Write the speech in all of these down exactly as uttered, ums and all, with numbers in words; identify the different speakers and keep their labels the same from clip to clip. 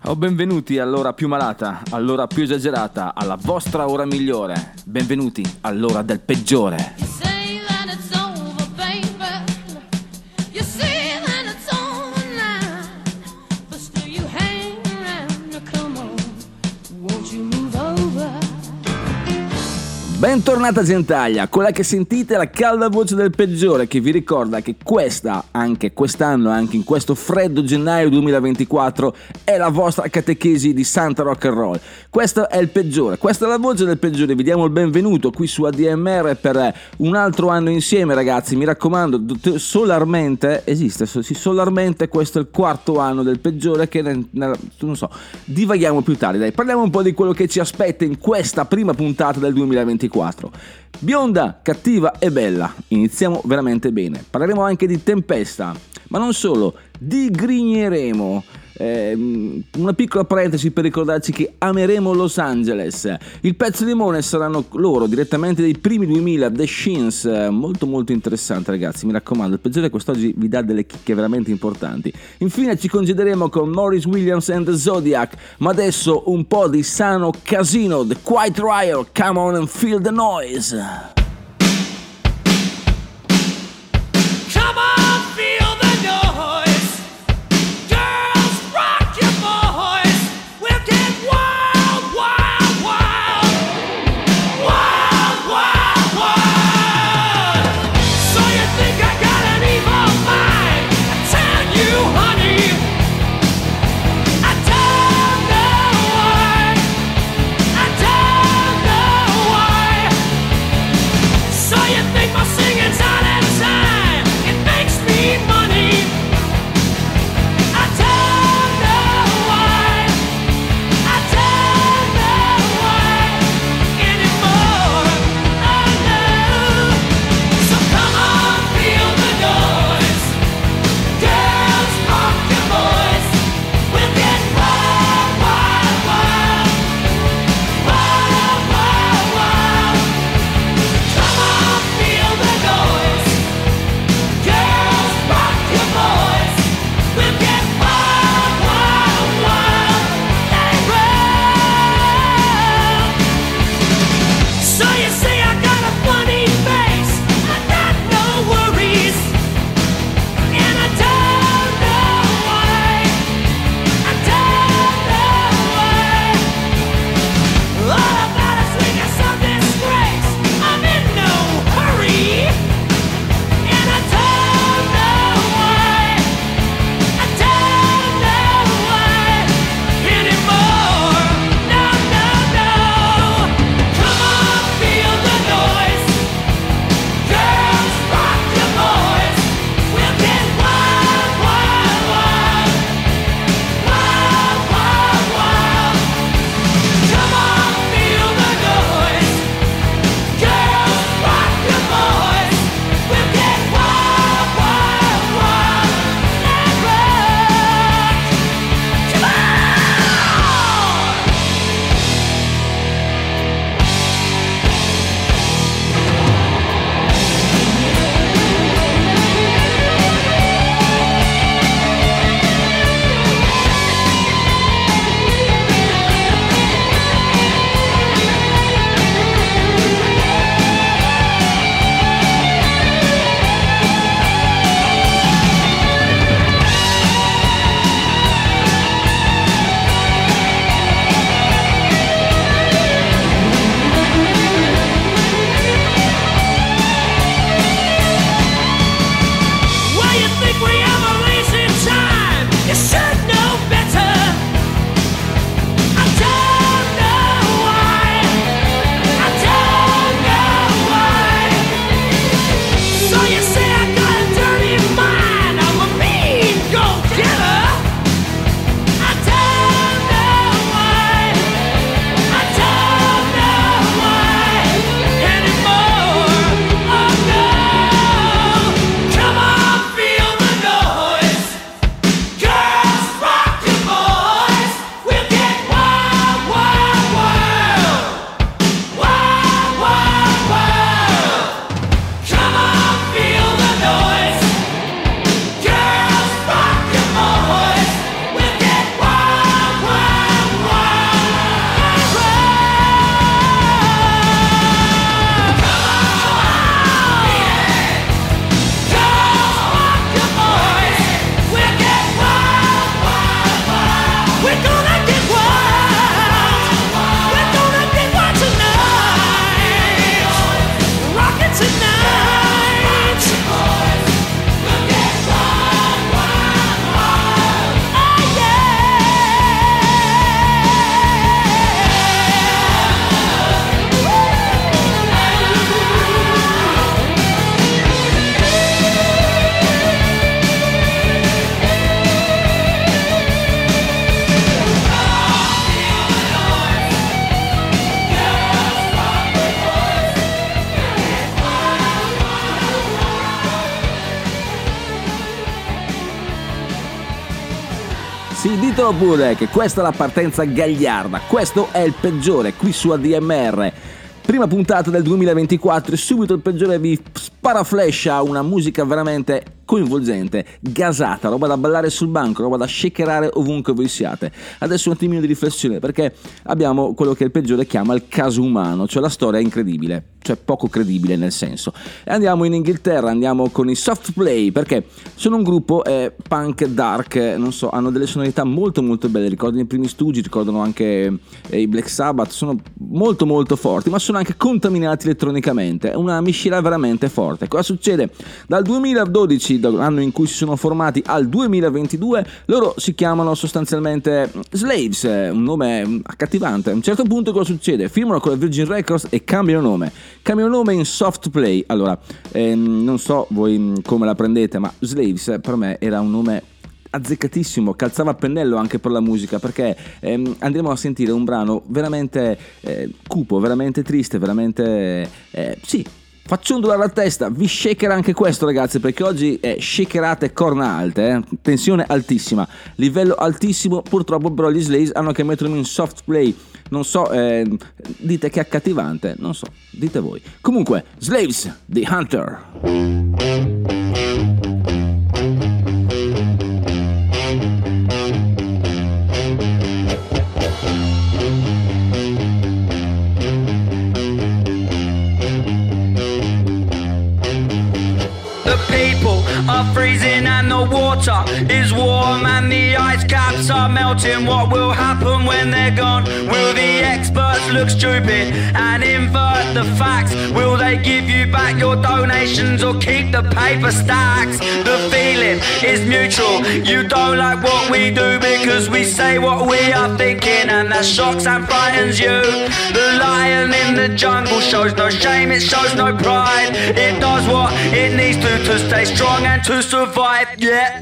Speaker 1: Oh, benvenuti all'ora più malata, all'ora più esagerata, alla vostra ora migliore. Benvenuti all'ora del peggiore. Bentornata Gentaglia, quella che sentite è la calda voce del peggiore che vi ricorda che questa, anche quest'anno, anche in questo freddo gennaio duemilaventiquattro, è la vostra catechesi di Santa Rock and Roll. Questo è il peggiore, questa è la voce del peggiore, vi diamo il benvenuto qui su A D M R per un altro anno insieme ragazzi, mi raccomando, solarmente, esiste, sì, solarmente questo è il quarto anno del peggiore che non so, divaghiamo più tardi, dai, parliamo un po' di quello che ci aspetta in questa prima puntata del duemilaventiquattro. Bionda, cattiva e bella. Iniziamo veramente bene. Parleremo anche di tempesta, ma non solo, digrigneremo. Eh, una piccola parentesi per ricordarci che ameremo Los Angeles. Il pezzo di limone saranno loro direttamente dei primi duemila, The Shins, molto molto interessante ragazzi, mi raccomando, il peggiore quest'oggi vi dà delle chicche veramente importanti. Infine ci congederemo con Maurice Williams and the Zodiac, ma adesso un po' di sano casino, The Quiet Riot, Come On and Feel the Noise.
Speaker 2: Feel
Speaker 1: Sì, ditelo pure che questa è la partenza gagliarda, questo è il peggiore qui su A D M R. Prima puntata del duemilaventiquattro e subito il peggiore vi sparaflescia una musica veramente coinvolgente, gasata, roba da ballare sul banco, roba da shakerare ovunque voi siate. Adesso un attimino di riflessione, perché abbiamo quello che il peggiore chiama il caso umano, cioè la storia incredibile, cioè poco credibile nel senso. E andiamo in Inghilterra, andiamo con i Soft Play, perché sono un gruppo eh, punk dark, eh, non so, hanno delle sonorità molto molto belle, ricordano i primi Stooges, ricordano anche eh, i Black Sabbath, sono molto molto forti, ma sono anche contaminati elettronicamente, è una miscela veramente forte. Cosa succede? Dal duemiladodici, dall'anno in cui si sono formati, al duemilaventidue, loro si chiamano sostanzialmente Slaves, un nome accattivante. A un certo punto cosa succede? Firmano con la Virgin Records e cambiano nome, cambiano nome in Soft Play. Allora, ehm, non so voi come la prendete, ma Slaves per me era un nome azzeccatissimo, calzava a pennello anche per la musica, perché ehm, andremo a sentire un brano veramente eh, cupo, veramente triste, veramente eh, sì, faccio ondulare la testa, vi shakerà anche questo ragazzi, perché oggi è shakerate corna alte, eh? Tensione altissima, livello altissimo. Purtroppo però gli Slaves hanno chiamato in Soft Play, non so, eh, dite che è accattivante, non so, dite voi. Comunque, Slaves, The Hunter.
Speaker 2: Are freezing and the water is warm and the ice caps are melting. What will happen when they're gone? Will the experts look stupid and invert the facts? Will they give you back your donations or keep the paper stacks? The feeling is mutual. You don't like what we do because we say what we are thinking, and that shocks and frightens you. The lion in the jungle shows no shame, it shows no pride. It does what it needs to to stay strong and to survive, yeah.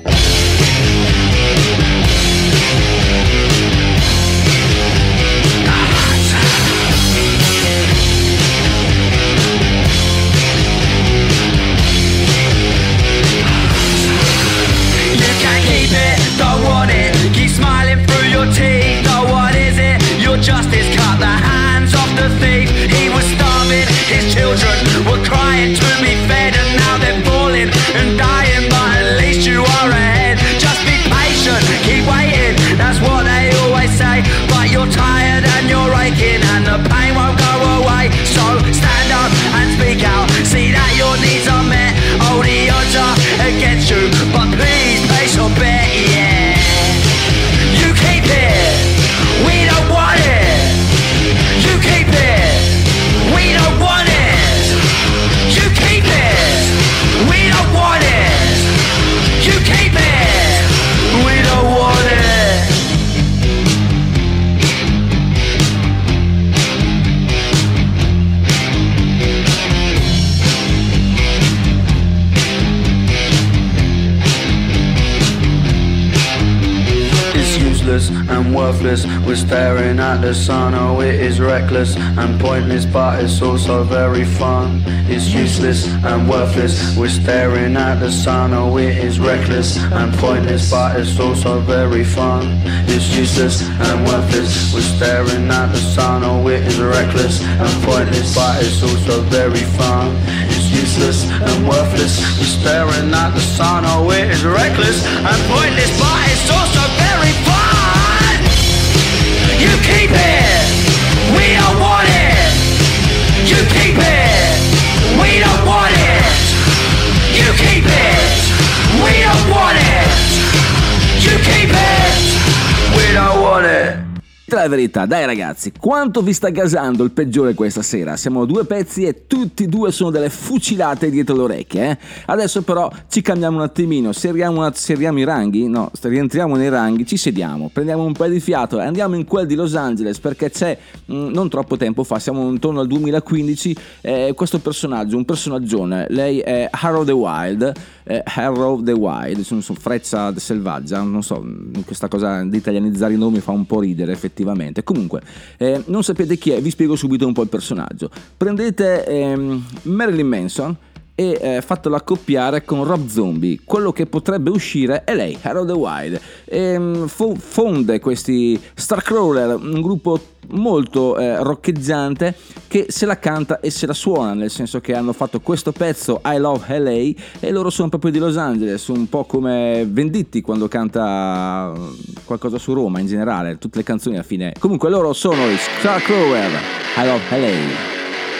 Speaker 2: You can't keep it, don't want it, keep smiling through your teeth. Oh, what is it? Your justice cut the hands off the thief. He was starving, his children were crying to be fed, and now they're falling and dying, but at least you are ahead. Just be patient, keep waiting, that's what they always say. But you're tired and you're aching and the pain won't go away. So stand up and speak out, see that your needs are met. Oh, the odds are against you, but please place your bet, yeah. You keep it, we don't want it. You keep it, we don't want it. You keep it, we don't want it. You keep it, we don't want it. It's useless and worthless. We're staring at the sun. Oh, it is reckless and pointless, but it's also very fun. It's useless and worthless. We're staring at the sun. Oh, it is reckless and pointless, but it's also very fun. It's useless and worthless. We're staring at the sun. Oh, it is reckless and pointless, but it's also very fun. It's useless and worthless. We're staring at the sun. Oh, it is reckless and pointless, but it's also very fun. You keep it, we don't want it. You keep it, we don't want it. You keep it, we don't want it. You keep it, we don't want it.
Speaker 1: La verità, dai ragazzi, quanto vi sta gasando il peggiore questa sera? Siamo due pezzi e tutti e due sono delle fucilate dietro le orecchie, eh? Adesso però ci cambiamo un attimino, serriamo, una, serriamo i ranghi, no, rientriamo nei ranghi, ci sediamo, prendiamo un po' di fiato e andiamo in quel di Los Angeles, perché c'è, mh, non troppo tempo fa, siamo intorno al duemilaquindici, eh, questo personaggio, un personaggione, lei è Harrow the Wild, eh, Harrow the Wild, sono, sono Freccia selvaggia, non so, questa cosa di italianizzare i nomi fa un po' ridere effettivamente. Comunque, eh, non sapete chi è, vi spiego subito un po' il personaggio. Prendete ehm, Marilyn Manson, e eh, fatelo accoppiare con Rob Zombie. Quello che potrebbe uscire è lei, Harold the Wild, e um, fo- fonde questi Starcrawler, un gruppo molto eh, roccheggiante che se la canta e se la suona, nel senso che hanno fatto questo pezzo I Love L A e loro sono proprio di Los Angeles, un po' come Venditti quando canta qualcosa su Roma in generale, tutte le canzoni alla fine. Comunque loro sono i Starcrawler, I Love L A.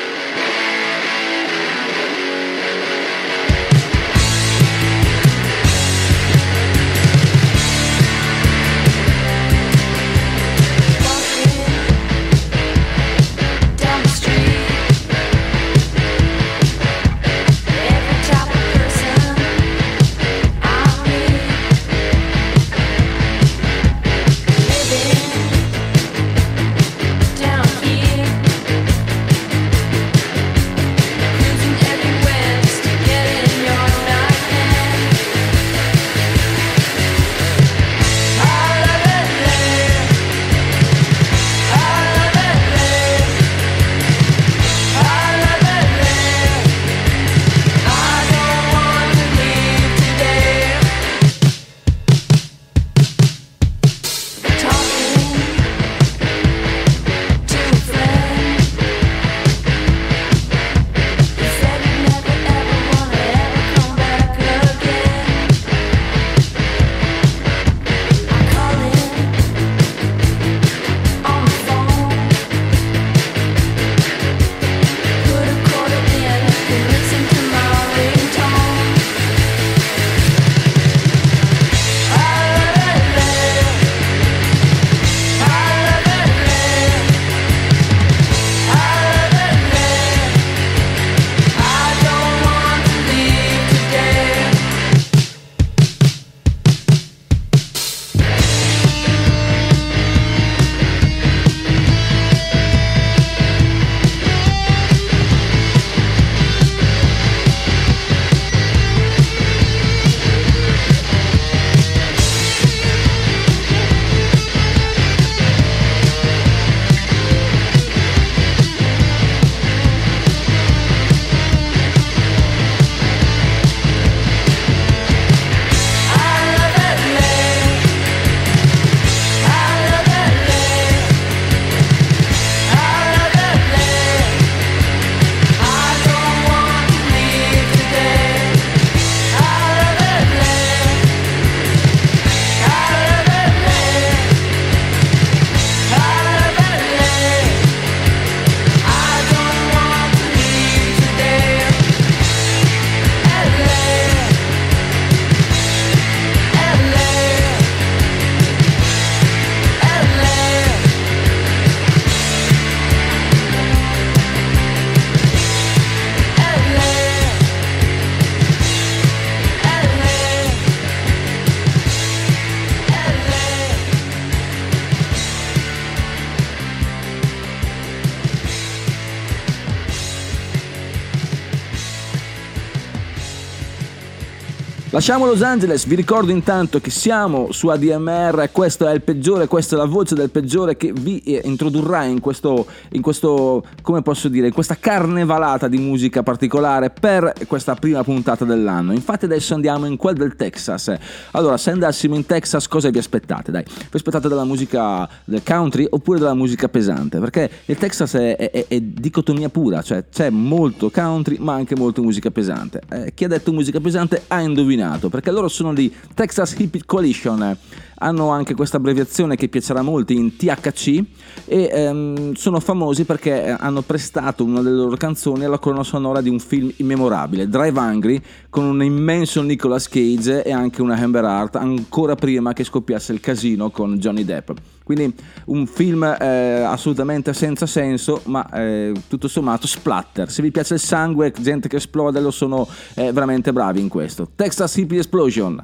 Speaker 1: Lasciamo Los Angeles, vi ricordo intanto che siamo su A D M R, questo è il peggiore, questa è la voce del peggiore che vi introdurrà in questo, in questo, come posso dire, in questa carnevalata di musica particolare per questa prima puntata dell'anno. Infatti adesso andiamo in quel del Texas. Allora, se andassimo in Texas cosa vi aspettate? Dai, vi aspettate della musica del country oppure della musica pesante? Perché il Texas è, è, è dicotomia pura, cioè c'è molto country ma anche molto musica pesante. Eh, chi ha detto musica pesante ha indovinato, perché loro sono di Texas Hippie Coalition, hanno anche questa abbreviazione che piacerà a molti in T H C e ehm, sono famosi perché hanno prestato una delle loro canzoni alla colonna sonora di un film immemorabile, Drive Hungry, con un immenso Nicolas Cage e anche una Amber Heard, ancora prima che scoppiasse il casino con Johnny Depp. Quindi un film eh, assolutamente senza senso, ma eh, tutto sommato splatter. Se vi piace il sangue, gente che esplode, lo sono eh, veramente bravi in questo. Texas Hippie Explosion.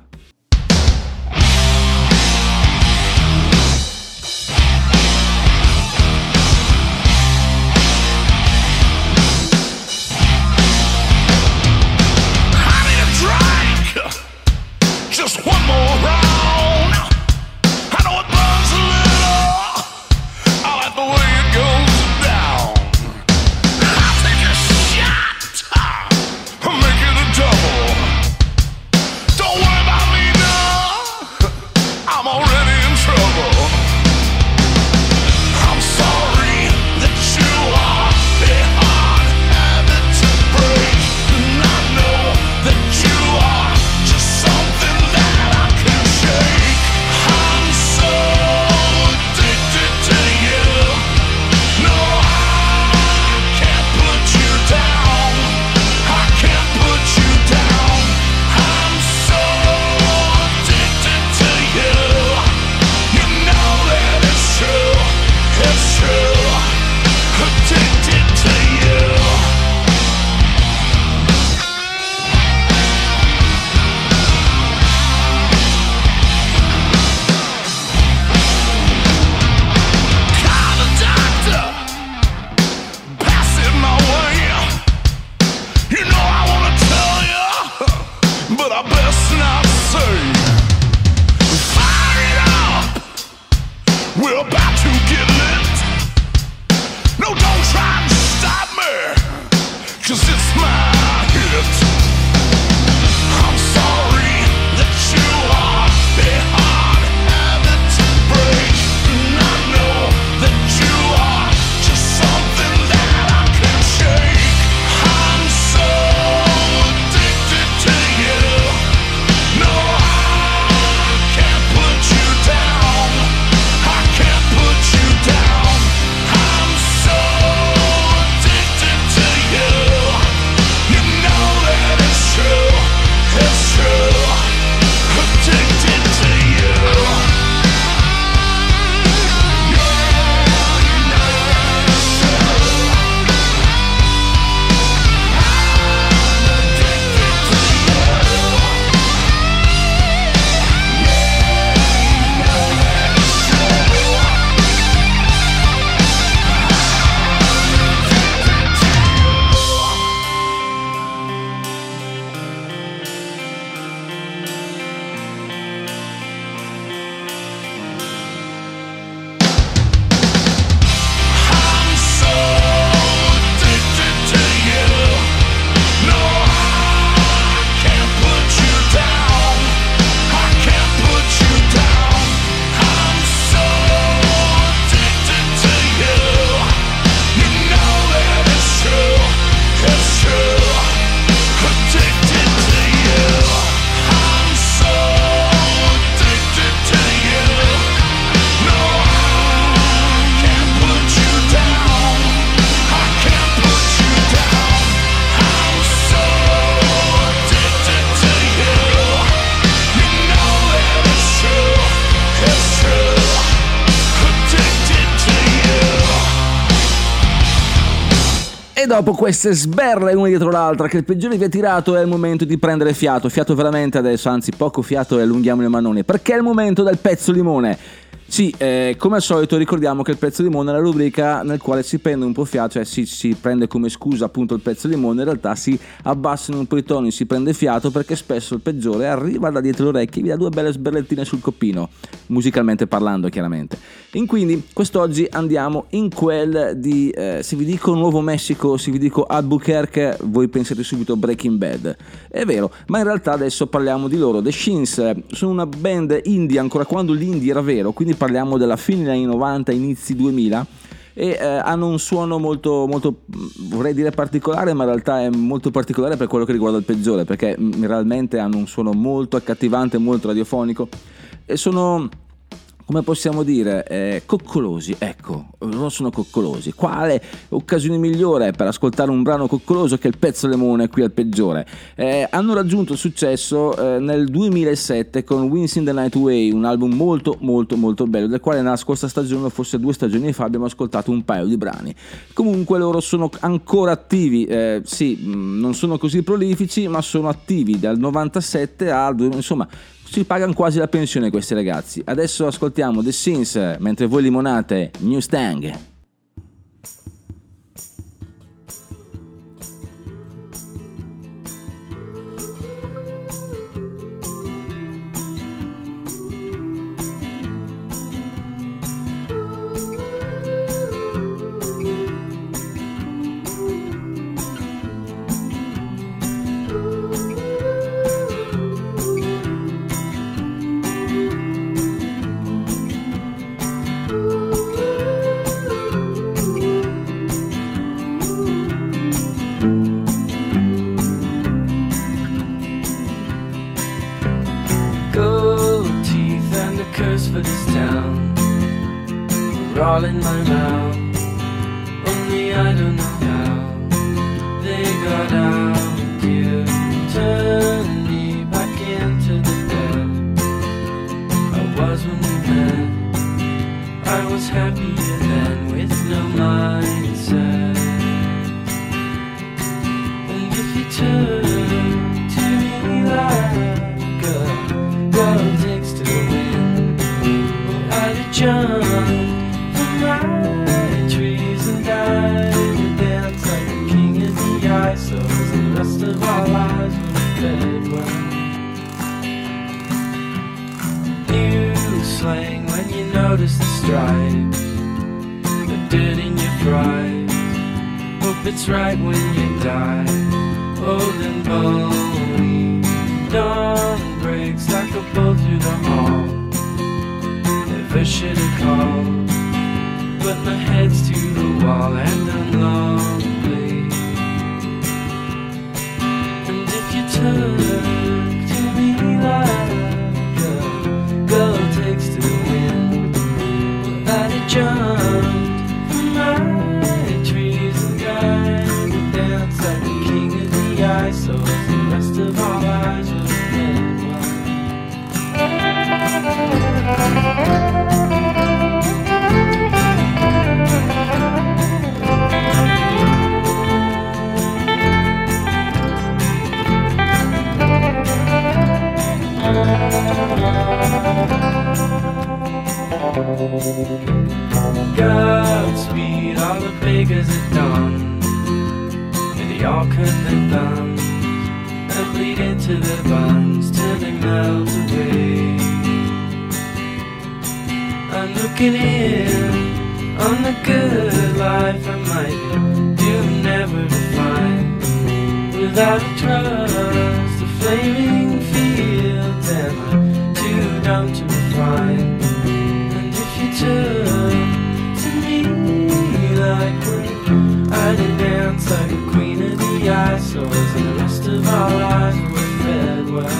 Speaker 3: Make it
Speaker 1: E dopo queste sberle una dietro l'altra che il peggiore vi ha tirato, è il momento di prendere fiato, fiato veramente adesso, anzi poco fiato, e allunghiamo le manone, perché è il momento del pezzo limone. Sì, eh, come al solito ricordiamo che il pezzo limone è la rubrica nel quale si prende un po' fiato, cioè si, si prende come scusa appunto il pezzo limone, in realtà si abbassano un po' i toni, si prende fiato, perché spesso il peggiore arriva da dietro le orecchie e vi dà due belle sberlettine sul coppino, musicalmente parlando chiaramente. E quindi quest'oggi andiamo in quel di, eh, se vi dico Nuovo Messico, se vi dico Albuquerque, voi pensate subito Breaking Bad. È vero, ma in realtà adesso parliamo di loro. The Shins sono una band indie ancora quando l'indie era vero, quindi parliamo della fine degli anni novanta, inizi duemila, e eh, hanno un suono molto, molto, vorrei dire particolare, ma in realtà è molto particolare per quello che riguarda il peggiore, perché mh, realmente hanno un suono molto accattivante, molto radiofonico, e sono, come possiamo dire, eh, coccolosi, ecco, loro sono coccolosi. Quale occasione migliore per ascoltare un brano coccoloso che il pezzo limone qui al peggiore? Eh, hanno raggiunto il successo eh, nel duemilasette con Winds in the Night Way, un album molto molto molto bello, del quale nella scorsa stagione, forse due stagioni fa, abbiamo ascoltato un paio di brani. Comunque loro sono ancora attivi, eh, sì, mh, non sono così prolifici, ma sono attivi dal novantasette al duemila, insomma si pagano quasi la pensione questi ragazzi. Adesso ascoltiamo The Shins, mentre voi limonate New Stang.
Speaker 3: For this town, we're all in my mouth. Only I don't know how they got out. You turned me back into the bed I was when we met. I was happier then with no mindset. And if you turn to me like a girl takes to the wind, jump from my trees and die to dance like the king of the ice. So the rest of our lives were dead one. You slang when you notice the stripes, the dirt in your fries. Hope it's right when you die. took to me like a girl takes to the wind. That it jumped from my trees and died to dance like the king of the ice. So the rest of our lives were dead Godspeed, all the beggars at dawn, and they all cut their thumbs and bleed into their buns till they melt away. I'm looking in on the good life I might do never to find, without a trust, the flaming fields, and I'm too dumb to find. And if you took to me like when I did dance like a queen of the ice, so as the rest of our lives were fed well.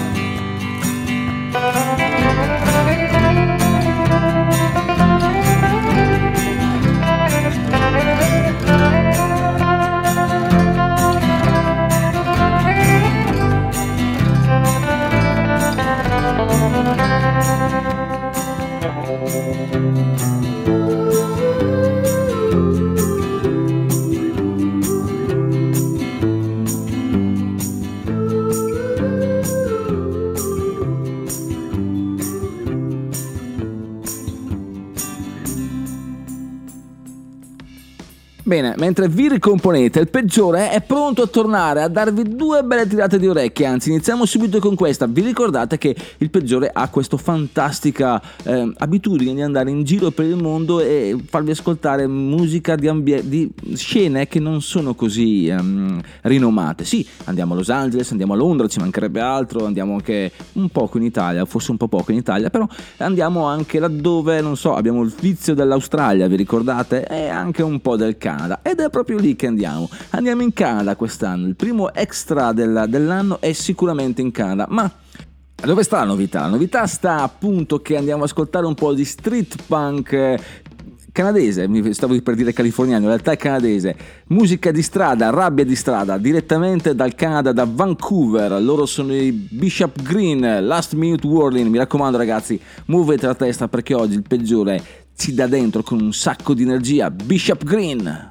Speaker 1: Bene, mentre vi ricomponete, il peggiore è pronto a tornare a darvi due belle tirate di orecchie. Anzi, iniziamo subito con questa. Vi ricordate che il peggiore ha questa fantastica eh, abitudine di andare in giro per il mondo e farvi ascoltare musica di, ambie- di scene che non sono così um, rinomate. Sì, andiamo a Los Angeles, andiamo a Londra, ci mancherebbe altro, andiamo anche un poco in Italia, forse un po' poco in Italia, però andiamo anche laddove, non so, abbiamo il vizio dell'Australia, vi ricordate? E anche un po' del Canada. Ed è proprio lì che andiamo. Andiamo in Canada quest'anno. Il primo extra del, dell'anno è sicuramente in Canada. Ma dove sta la novità? La novità sta appunto che andiamo ad ascoltare un po' di street punk canadese, mi stavo per dire californiano, in realtà è canadese. Musica di strada, rabbia di strada, direttamente dal Canada, da Vancouver. Loro sono i Bishop Green, Last Minute Warning. Mi raccomando ragazzi, muovete la testa perché oggi il peggiore ci dà dentro con un sacco di energia. Bishop Green.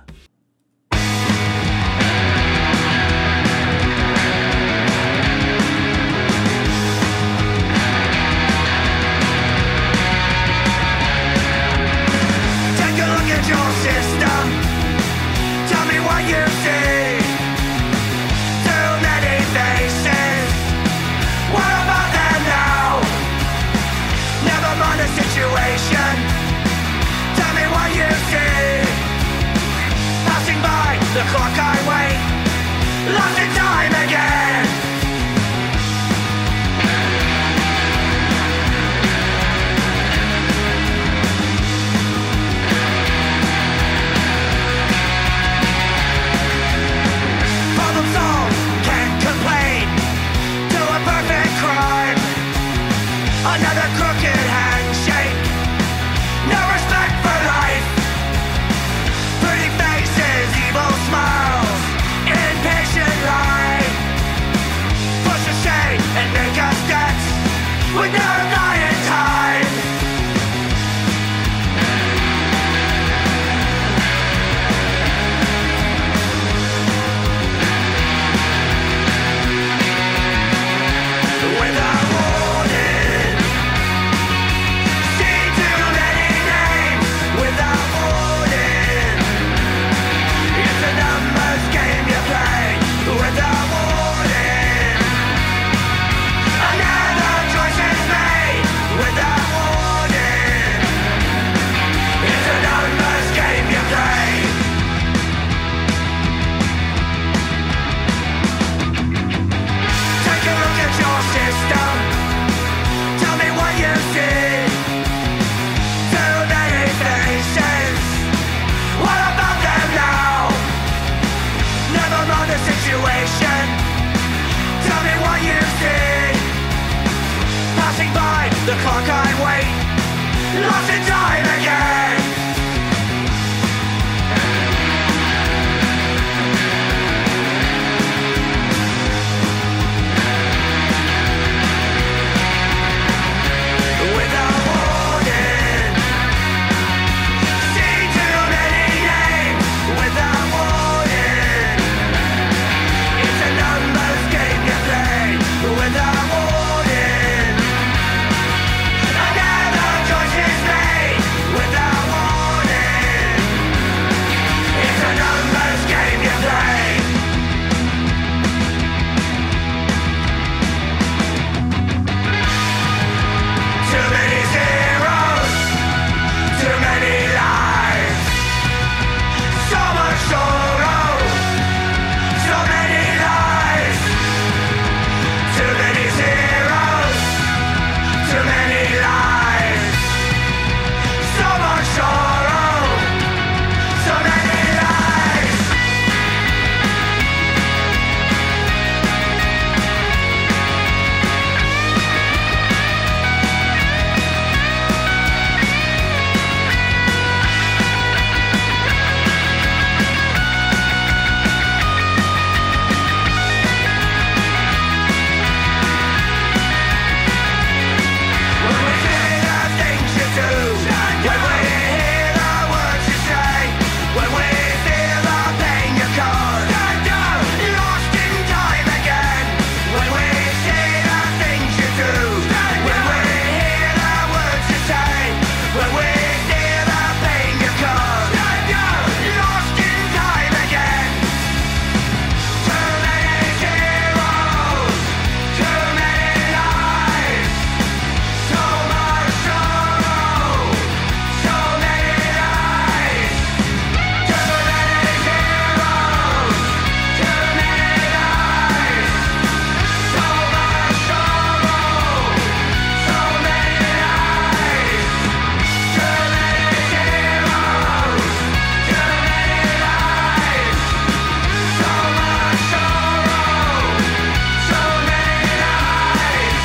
Speaker 2: The clock I wait, lost in time again. Problem solved, can't complain. Do a perfect crime. Another crooked handshake. No respect for life. Pretty faces, evil smiles, impatient life. the clock I wait, lost in time again. Without warning, seen too many names. Without warning, it's a numbers game you play. Without warning, another choice is made. Without warning, it's a numbers game you play. Too many zeros, too many lies, so much sorrow, so many lies. Too many zeros, too many lies, so much sorrow, so many lies. When we say the things you do, when we hear the words you say, when we feel the pain you cause, lost in time again. When we say the things you do, when we hear the words you say, when we feel the pain you cause, lost in time again. Too many zeros, too many lies, so much sorrow, so many lies. Too many zeros, too many lies, so much sorrow, so many lies. Too many zeros, too many lies, so much sorrow, so many lies.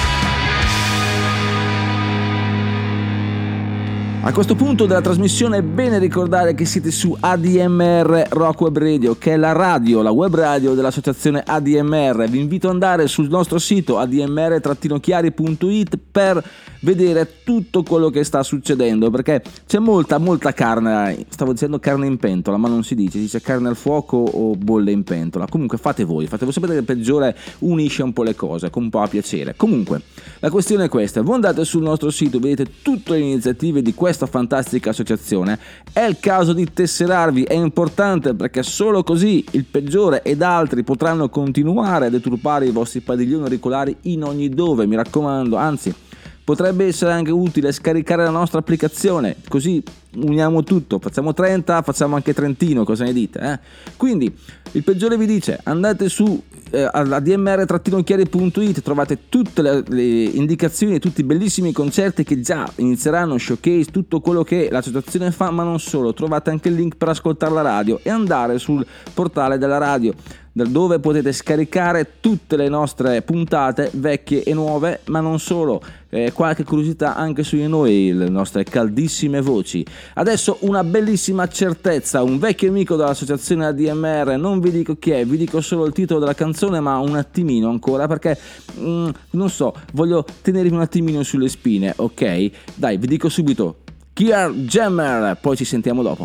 Speaker 1: A questo punto della trasmissione è bene ricordare che siete su A D M R Rock Web Radio, che è la radio, la web radio dell'associazione A D M R. Vi invito ad andare sul nostro sito a d m r chiari punto i t per vedere tutto quello che sta succedendo, perché c'è molta molta carne, stavo dicendo carne in pentola, ma non si dice, si dice carne al fuoco o bolle in pentola. Comunque fate voi, fate voi, sapete che il peggiore unisce un po' le cose, con un po' a piacere. Comunque, la questione è questa: voi andate sul nostro sito, vedete tutte le iniziative di questa fantastica associazione, è il caso di tesserarvi, è importante, perché solo così il peggiore ed altri potranno continuare a deturpare i vostri padiglioni auricolari in ogni dove, mi raccomando. Anzi, potrebbe essere anche utile scaricare la nostra applicazione, così uniamo tutto, facciamo trenta, facciamo anche Trentino, cosa ne dite? Eh? Quindi il peggiore vi dice: andate su eh, a d m r chiari punto i t, trovate tutte le, le indicazioni e tutti i bellissimi concerti che già inizieranno, showcase, tutto quello che l'associazione fa, ma non solo, trovate anche il link per ascoltare la radio e andare sul portale della radio, dove potete scaricare tutte le nostre puntate vecchie e nuove, ma non solo, eh, qualche curiosità anche su di noi, le nostre caldissime voci. Adesso una bellissima certezza, un vecchio amico dell'associazione A D M R, non vi dico chi è, vi dico solo il titolo della canzone, ma un attimino ancora, perché mm, non so, voglio tenervi un attimino sulle spine, ok? Dai, vi dico subito Kier Jammer, poi ci sentiamo dopo.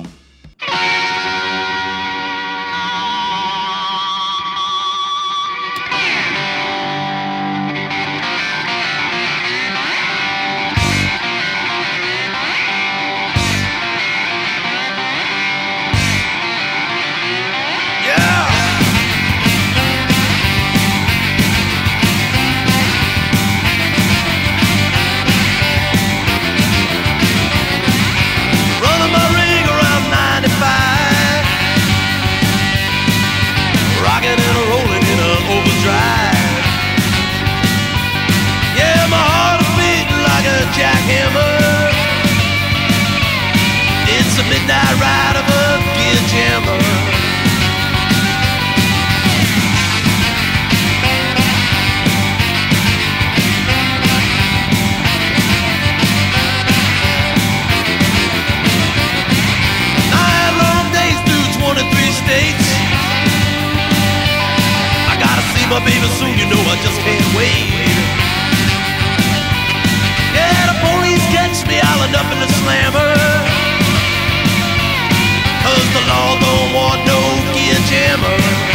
Speaker 4: Running my ring around I just can't wait. Yeah, the police catch me, I'll end up in the slammer. Cause the law don't want no gear jammer.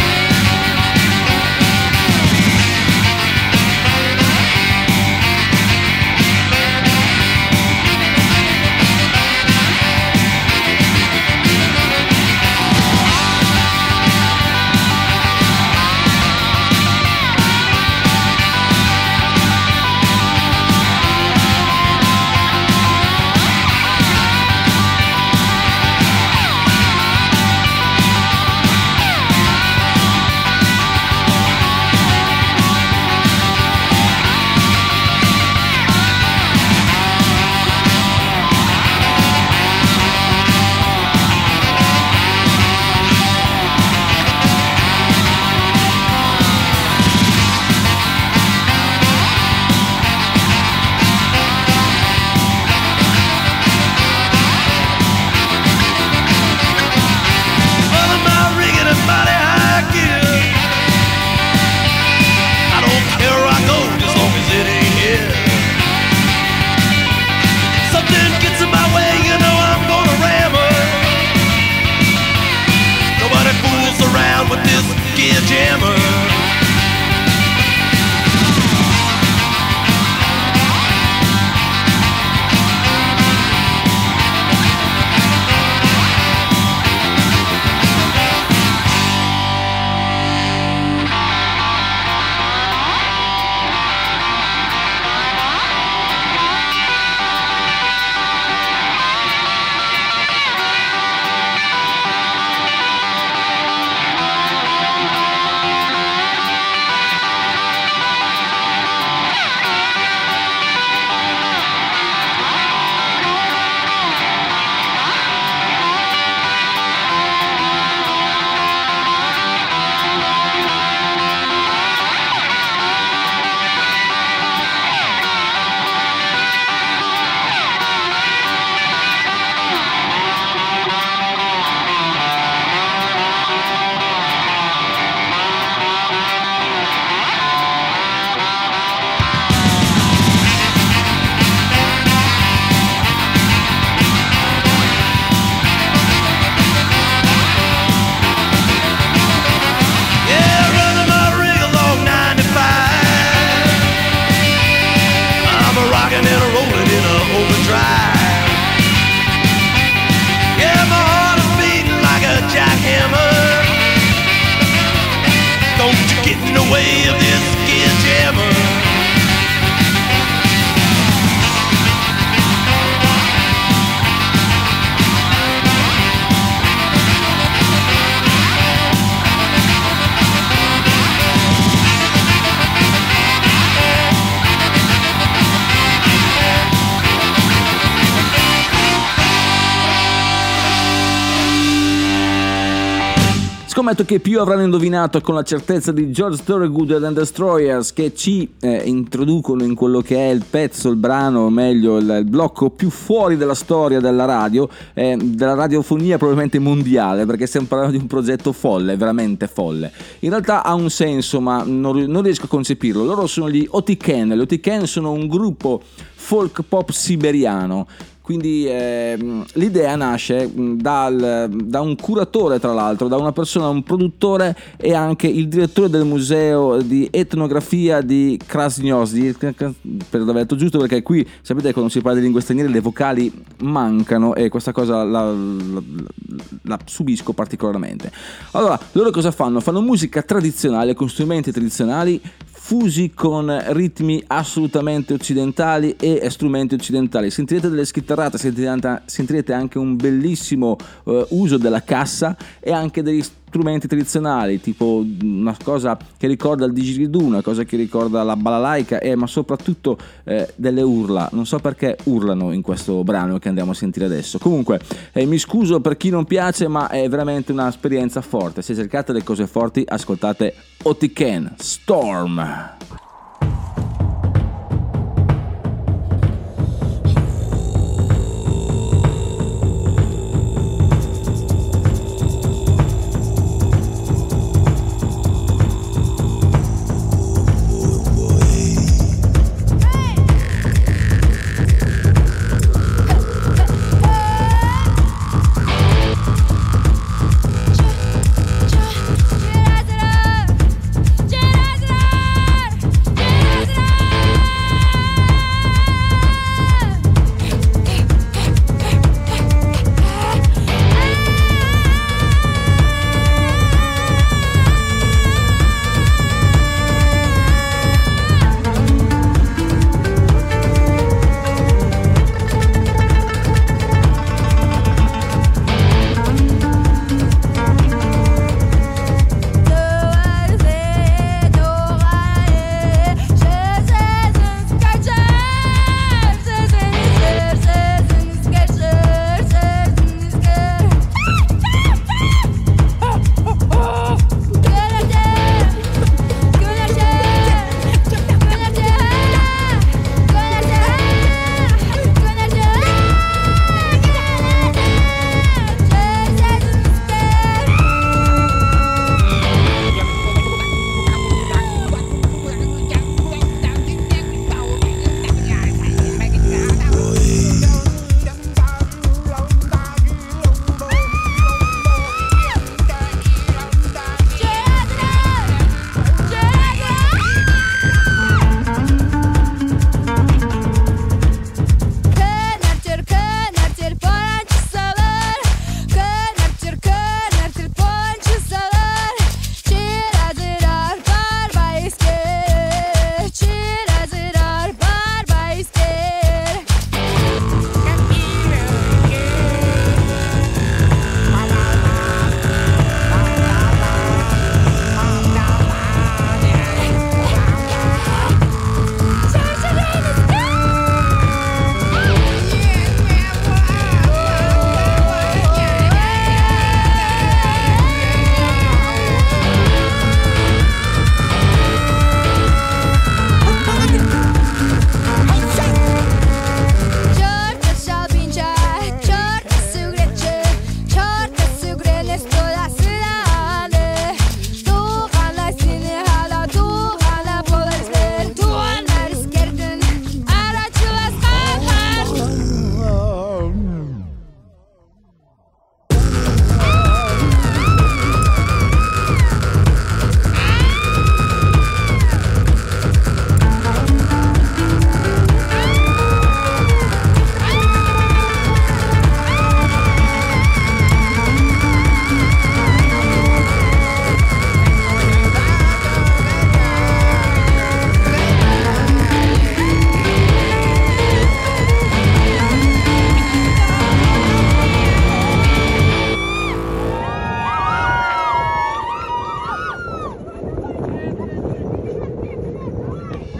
Speaker 4: With this gear jammer.
Speaker 1: Scommetto che più avranno indovinato con la certezza di George Thorogood and the Destroyers, che ci eh, introducono in quello che è il pezzo, il brano, o meglio il, il blocco più fuori della storia della radio, eh, della radiofonia probabilmente mondiale, perché stiamo parlando di un progetto folle, veramente folle. In realtà ha un senso, ma non, non riesco a concepirlo. Loro sono gli Otiken. Gli Otiken sono un gruppo folk pop siberiano. Quindi eh, l'idea nasce dal, da un curatore, tra l'altro, da una persona, un produttore e anche il direttore del museo di etnografia di Krasnoyarsk, per aver detto giusto, perché qui sapete che quando si parla di lingue straniere le vocali mancano e questa cosa la, la, la subisco particolarmente. Allora, loro cosa fanno? Fanno musica tradizionale con strumenti tradizionali fusi con ritmi assolutamente occidentali e strumenti occidentali. Sentirete delle schitterate, sentirete, sentirete anche un bellissimo uh, uso della cassa e anche degli strumenti tradizionali, tipo una cosa che ricorda il didgeridoo, una cosa che ricorda la balalaika, eh, ma soprattutto eh, delle urla. Non so perché urlano in questo brano che andiamo a sentire adesso. Comunque eh, mi scuso per chi non piace, ma è veramente un'esperienza forte. Se cercate le cose forti, ascoltate Otiken, Storm.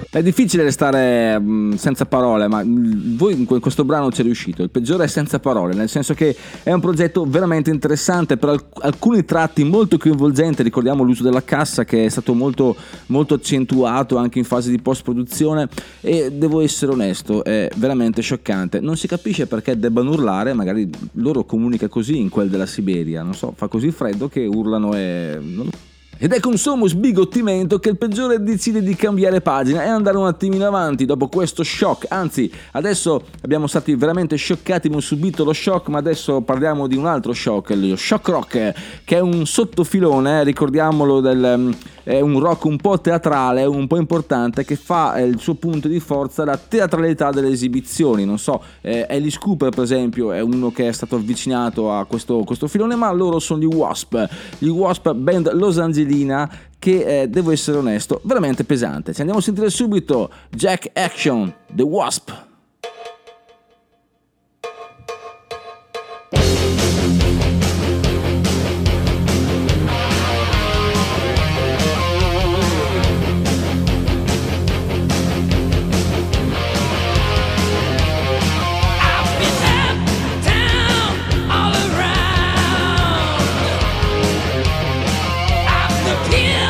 Speaker 1: È difficile restare mh, senza parole, ma mh, voi in questo brano ci è riuscito. Il peggiore è senza parole, nel senso che è un progetto veramente interessante, per alc- alcuni tratti molto coinvolgente. Ricordiamo l'uso della cassa, che è stato molto, molto accentuato anche in fase di post-produzione, e devo essere onesto, è veramente scioccante. Non si capisce perché debbano urlare, magari loro comunica così in quel della Siberia, non so, fa così freddo che urlano e... non lo... Ed è con sommo sbigottimento che il peggiore decide di cambiare pagina e andare un attimino avanti dopo questo shock. Anzi, adesso abbiamo stati veramente scioccati, abbiamo subito lo shock, ma adesso parliamo di un altro shock, lo shock rock, che è un sottofilone, eh, ricordiamolo, del, è un rock un po' teatrale, un po' importante, che fa eh, il suo punto di forza la teatralità delle esibizioni. Non so, eh, Alice Cooper per esempio è uno che è stato avvicinato a questo, questo filone, ma loro sono gli Wasp, gli Wasp, band Los Angeles, che eh, devo essere onesto, veramente pesante. Ci andiamo a sentire subito Jack Action, The Wasp.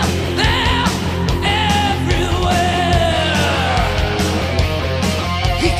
Speaker 2: He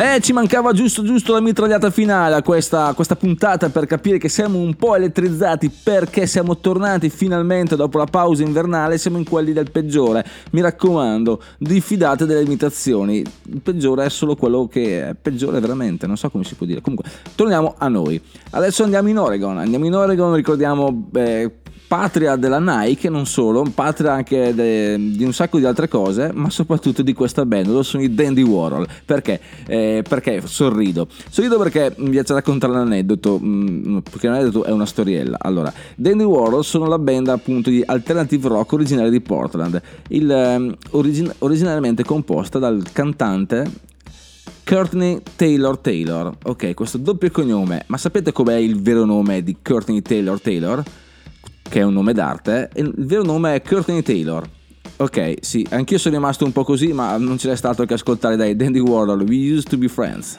Speaker 1: Eh, ci mancava giusto giusto la mitragliata finale a questa, a questa puntata per capire che siamo un po' elettrizzati perché siamo tornati finalmente dopo la pausa invernale, siamo in quelli del peggiore. Mi raccomando, diffidate delle imitazioni, il peggiore è solo quello che è peggiore veramente, non so come si può dire. Comunque, torniamo a noi. Adesso andiamo in Oregon, andiamo in Oregon, ricordiamo... Eh, patria della Nike, non solo, patria anche de, di un sacco di altre cose, ma soprattutto di questa band. Loro sono i Dandy Warhol. Perché? Eh, perché sorrido? Sorrido perché mi piace raccontare un aneddoto, mh, perché un aneddoto è una storiella. Allora, Dandy Warhol sono la band appunto di alternative rock originaria di Portland, il, um, origin- originariamente composta dal cantante Courtney Taylor Taylor. Ok, questo doppio cognome, ma sapete com'è il vero nome di Courtney Taylor Taylor? Che è un nome d'arte, il vero nome è Courtney Taylor. Ok, sì, anch'io sono rimasto un po' così, ma non ce n'è stato che ascoltare dai Dandy Warhol, We Used to Be Friends.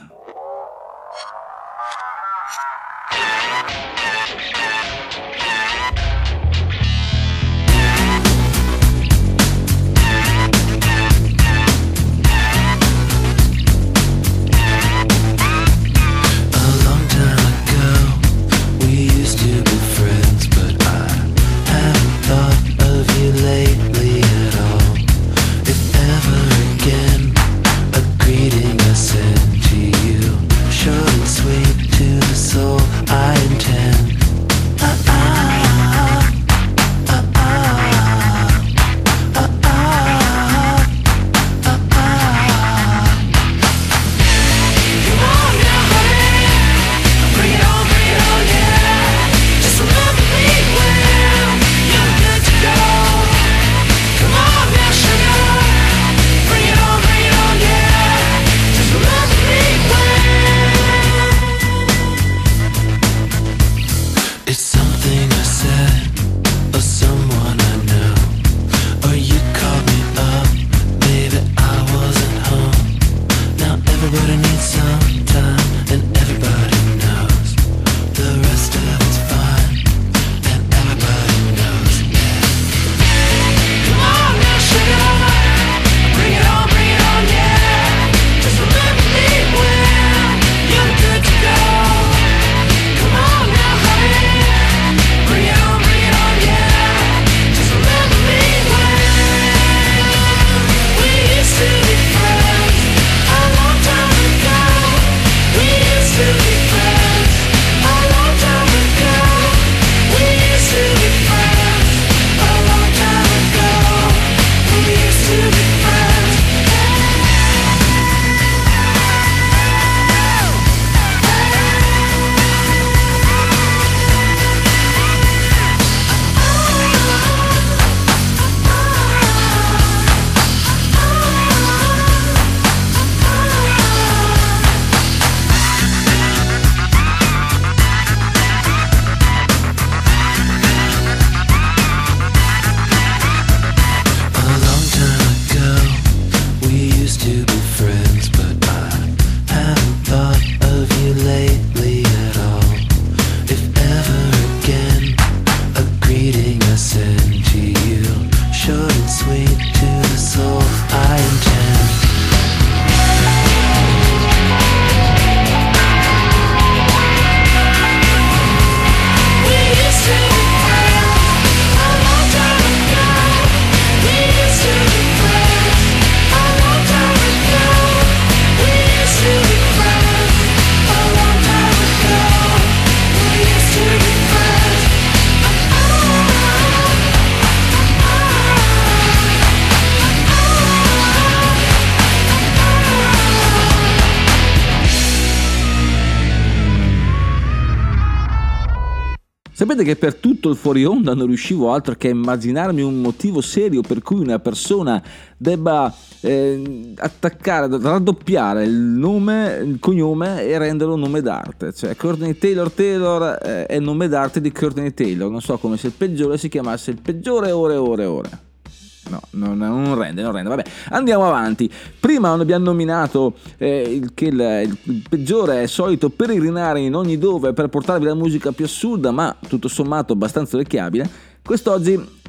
Speaker 1: Sapete che per tutto il fuori onda non riuscivo altro che a immaginarmi un motivo serio per cui una persona debba eh, attaccare, raddoppiare il nome, il cognome e renderlo un nome d'arte. Cioè Courtney Taylor Taylor eh, è il nome d'arte di Courtney Taylor. Non so come se il peggiore si chiamasse il peggiore ore ore ore. No, non, non rende, non rende. Vabbè, andiamo avanti. Prima abbiamo nominato eh, il, che il, il peggiore è solito peregrinare in ogni dove per portarvi la musica più assurda, ma tutto sommato abbastanza orecchiabile. Quest'oggi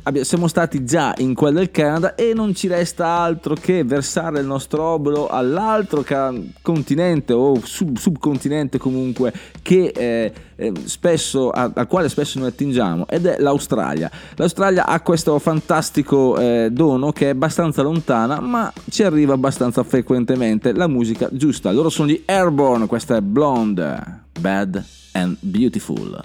Speaker 1: siamo stati già in quel del Canada e non ci resta altro che versare il nostro obolo all'altro ca- continente o sub- subcontinente comunque che eh, eh, spesso a- al quale spesso noi attingiamo, ed è l'Australia. L'Australia ha questo fantastico eh, dono che è abbastanza lontana, ma ci arriva abbastanza frequentemente la musica giusta. Loro sono gli Airborne, questa è Blonde, Bad and Beautiful.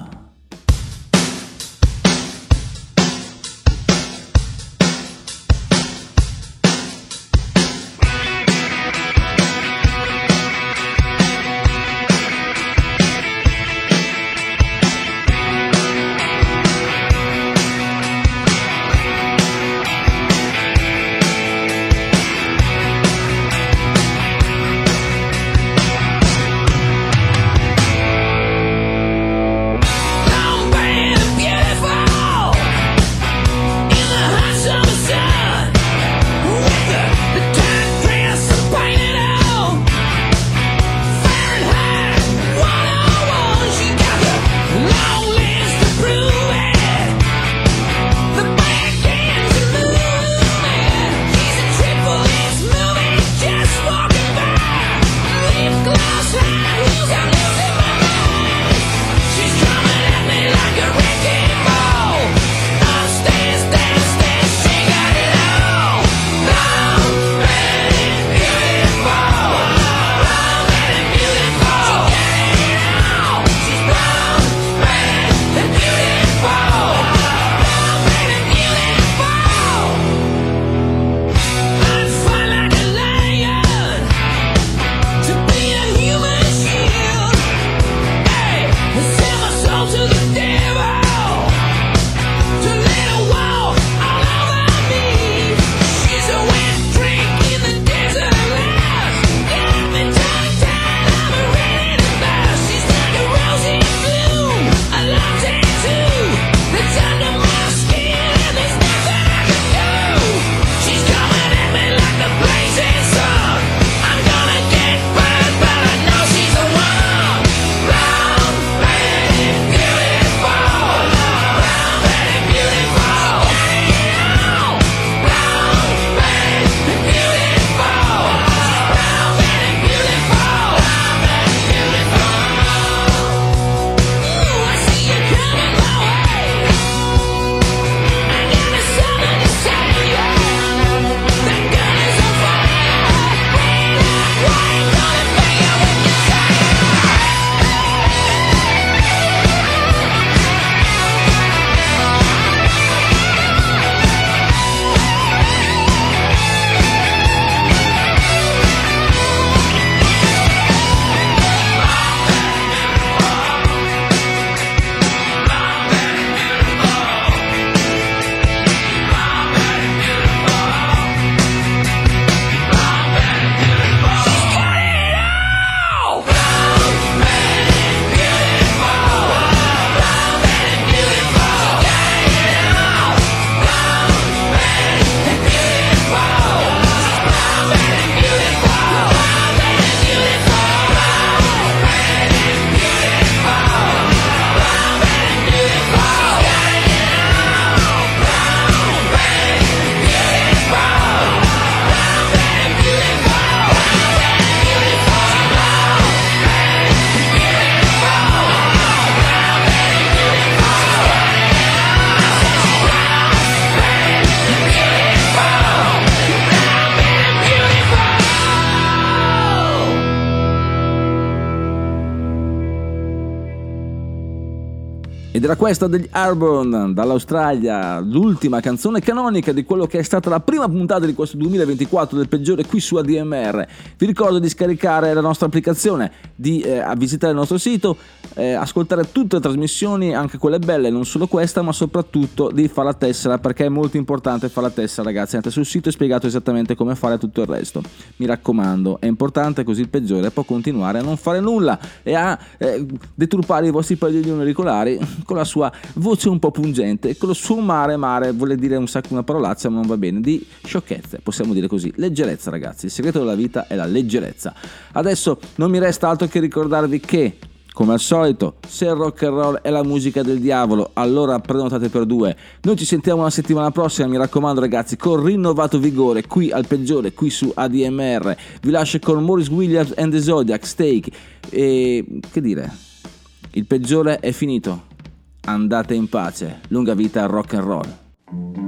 Speaker 1: Ed era questa degli Airborne dall'Australia, l'ultima canzone canonica di quello che è stata la prima puntata di questo duemilaventiquattro del peggiore qui su A D M R. Vi ricordo di scaricare la nostra applicazione, di eh, visitare il nostro sito, eh, ascoltare tutte le trasmissioni, anche quelle belle, non solo questa, ma soprattutto di fare la tessera, perché è molto importante fare la tessera, ragazzi. Andate sul sito, è spiegato esattamente come fare tutto il resto. Mi raccomando, è importante, così il peggiore può continuare a non fare nulla e a eh, deturpare i vostri padiglioni auricolari con la sua voce un po' pungente, con lo suo mare mare, vuole dire un sacco una parolaccia ma non va bene, di sciocchezze, possiamo dire così, leggerezza, ragazzi. Il segreto della vita è la leggerezza. Adesso non mi resta altro che ricordarvi che Come al solito, se il rock and roll è la musica del diavolo, allora prenotate per due. Noi ci sentiamo la settimana prossima, mi raccomando ragazzi, con rinnovato vigore, qui al Peggiore, qui su A D M R. Vi lascio con Maurice Williams and the Zodiac, Steak. E che dire, il Peggiore è finito. Andate in pace, lunga vita al rock and roll.